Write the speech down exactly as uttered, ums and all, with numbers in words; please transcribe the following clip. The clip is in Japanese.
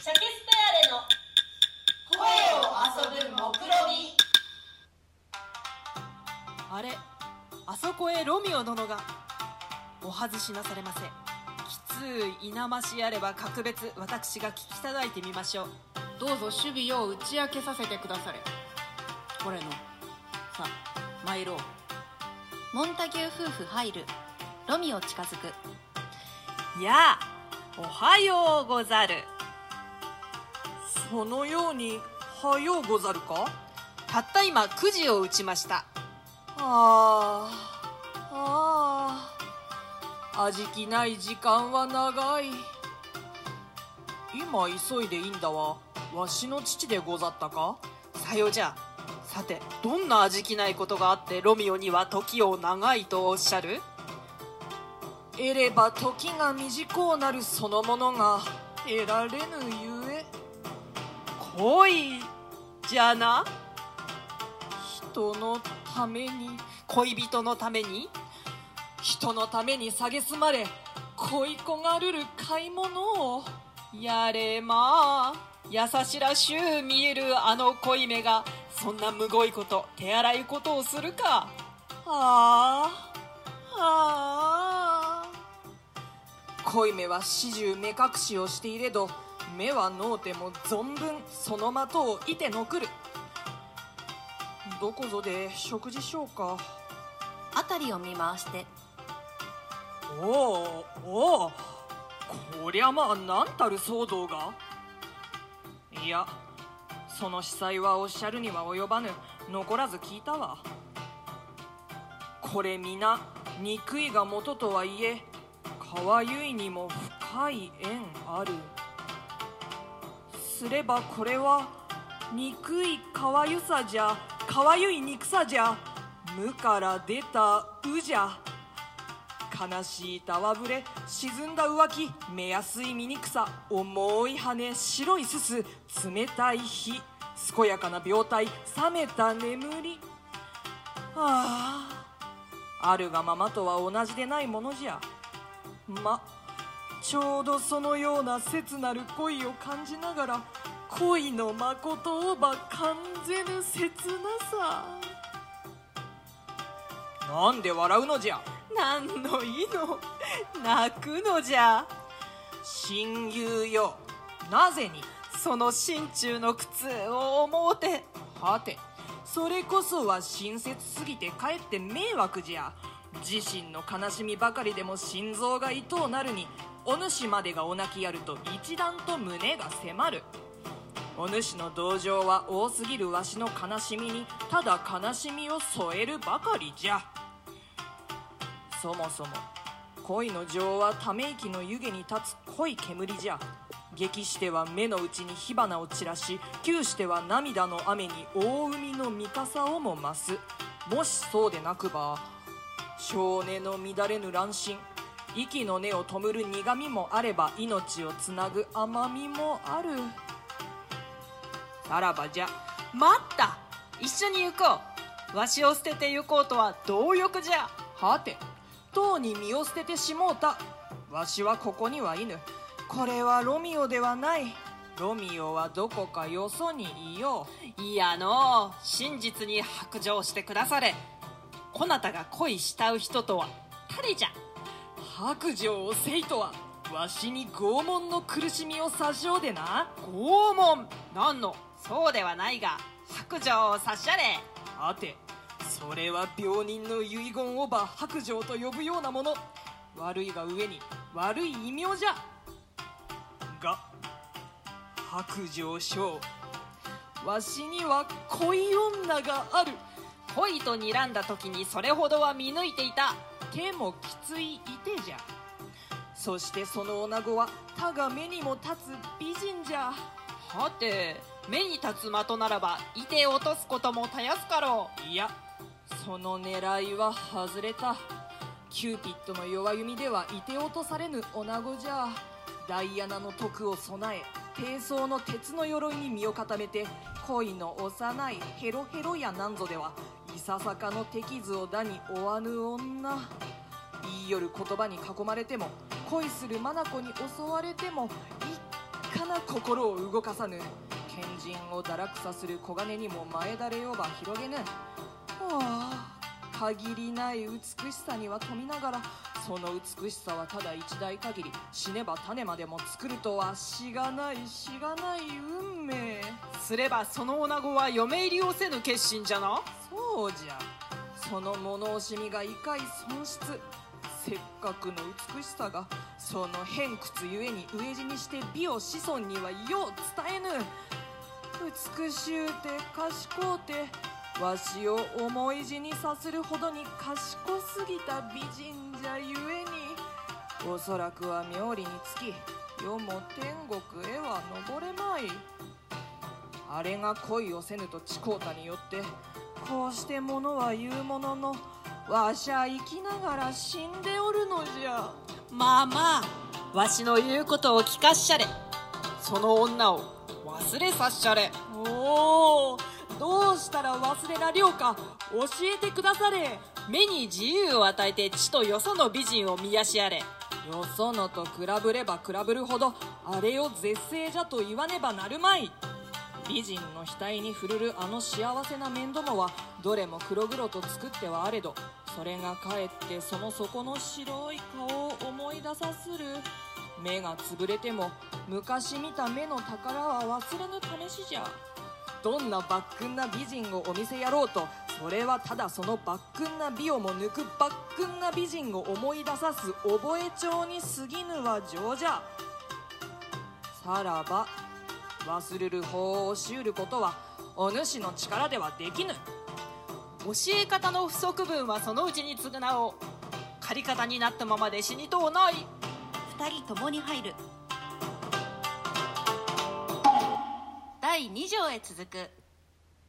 シャケスペアレの声を遊ぶ目論み。 あれ、あそこへロミオ殿が。お外しなされませ。きつい稲ましあれば格別私が聞きただいてみましょう。 どうぞ守備を打ち明けさせてくだされ。これのさあ参ろう。 モンタギュー夫婦入る。ロミオ近づく。 やあ、おはようござる。 そのようにはようござるか。 たった今くじを打ちました。 ああああ、味気ない時間は長い。今急いでいいんだわ。わしの父でござったか。 さようじゃ。さて、どんな味気ないことがあってロミオには時を長いとおっしゃる。 得れば時が短うなるそのものが得られぬゆえ。 恋じゃな。 人のために、 恋人のために、 人のために蔑まれ恋焦がるる買い物をやれまあ。優しらしゅう見えるあの恋目がそんなむごいこと、手荒いことをするか。 ああああ、恋目は始終目隠しをしていれど、目はのうても存分その的を射てのくる。どこぞで食事しようか。 辺りを見回して。 おおおお、こりゃまあなんたる騒動が。いや、その司祭はおっしゃるには及ばぬ。残らず聞いたわ。これ皆憎いが元とはいえ、川ゆいにも深い縁ある。すればこれは憎い川ゆさじゃ、川ゆい憎さじゃ、無から出たうじゃ。悲しいたわぶれ、沈んだ浮気、目安い醜さ、重い羽、白いすす、冷たい火、健やかな病態、冷めた眠り。ああ、あるがままとは同じでないものじゃ。ま、ちょうどそのような切なる恋を感じながら、恋のまことをば感ぜぬ切なさ。なんで笑うのじゃ。 なんのいいの、泣くのじゃ。 親友よ、なぜに。 その心中の苦痛を思うて。 はて、それこそは親切すぎてかえって迷惑じゃ。自身の悲しみばかりでも心臓が痛うなるに、お主までがお泣きやると一段と胸が迫る。お主の同情は多すぎるわしの悲しみに、ただ悲しみを添えるばかりじゃ。そもそも恋の情はため息の湯気に立つ濃い煙じゃ。激しては目の内に火花を散らし、急しては涙の雨に大海の三笠をも増す。もしそうでなくば、少年の乱れぬ乱心、息の根を弔る苦みもあれば、命をつなぐ甘みもある。さらばじゃ。 待った、一緒に行こう。わしを捨てて行こうとは貪欲じゃ。 はて、とうに身を捨ててしもうた。わしはここにはいぬ。これはロミオではない。ロミオはどこかよそにいよう。いやのう、真実に白状してくだされ。こなたが恋したう人とは誰じゃ。 白状をせいとは、わしに拷問の苦しみを差しおうでな。 拷問なんの、そうではないが白状を差しゃれ。 はて、それは病人の遺言をば白状と呼ぶようなもの。悪いが上に悪い異名じゃ。が白状症、わしには恋女がある。 恋と睨んだ時にそれほどは見抜いていた。 手もきついいてじゃ。そしてその女子は他が目にも立つ美人じゃ。 はて、目に立つ的ならばいて落とすこともたやすかろう。いや、その狙いは外れた。キューピッドの弱弓ではいて落とされぬ女子じゃ。ダイアナの徳を備え、低層の鉄の鎧に身を固めて、恋の幼いヘロヘロやなんぞではいささかの敵図をだに追わぬ女。言いよる言葉に囲まれても、恋する眼に襲われても、一かな心を動かさぬ。賢人を堕落さする黄金にも前だれよば広げぬ。はあ、限りない美しさには富みながら、その美しさはただ一代限り、死ねば種までも作るとはしがないしがない運命。 すればその女子は嫁入りをせぬ決心じゃな。 そうじゃ、その物惜しみがいかい損失。せっかくの美しさがその偏屈ゆえに飢え死にして美を子孫にはよう伝えぬ。美しゅうて賢うて、わしを思い死にさせるほどに賢すぎた美人じゃゆえに、おそらくは冥利につき世も天国へは登れまい。あれが恋をせぬと誓うたによって、こうして物は言うものの、わしゃ生きながら死んでおるのじゃ。 まあまあ、わしの言うことを聞かっしゃれ。その女を忘れさっしゃれ。 おお、どうしたら忘れられようか教えてくだされ。 目に自由を与えて地とよその美人を見やしやれ。 よそのと比べれば比べるほど、あれを絶世じゃと言わねばなるまい。美人の額に触るるあの幸せな面どもは、どれも黒々と作ってはあれど、それがかえってその底の白い顔を思い出さする。目がつぶれても昔見た目の宝は忘れぬ試しじゃ。どんな抜群な美人をお見せやろうと、それはただその抜群な美をも抜く抜群な美人を思い出さす覚え帳に過ぎぬは情じゃ。さらば忘れる法を教えることはお主の力ではできぬ。 教え方の不足分はそのうちに償おう。借り方になったままで死にとうない。 二人共に入る。だいに条へ続く。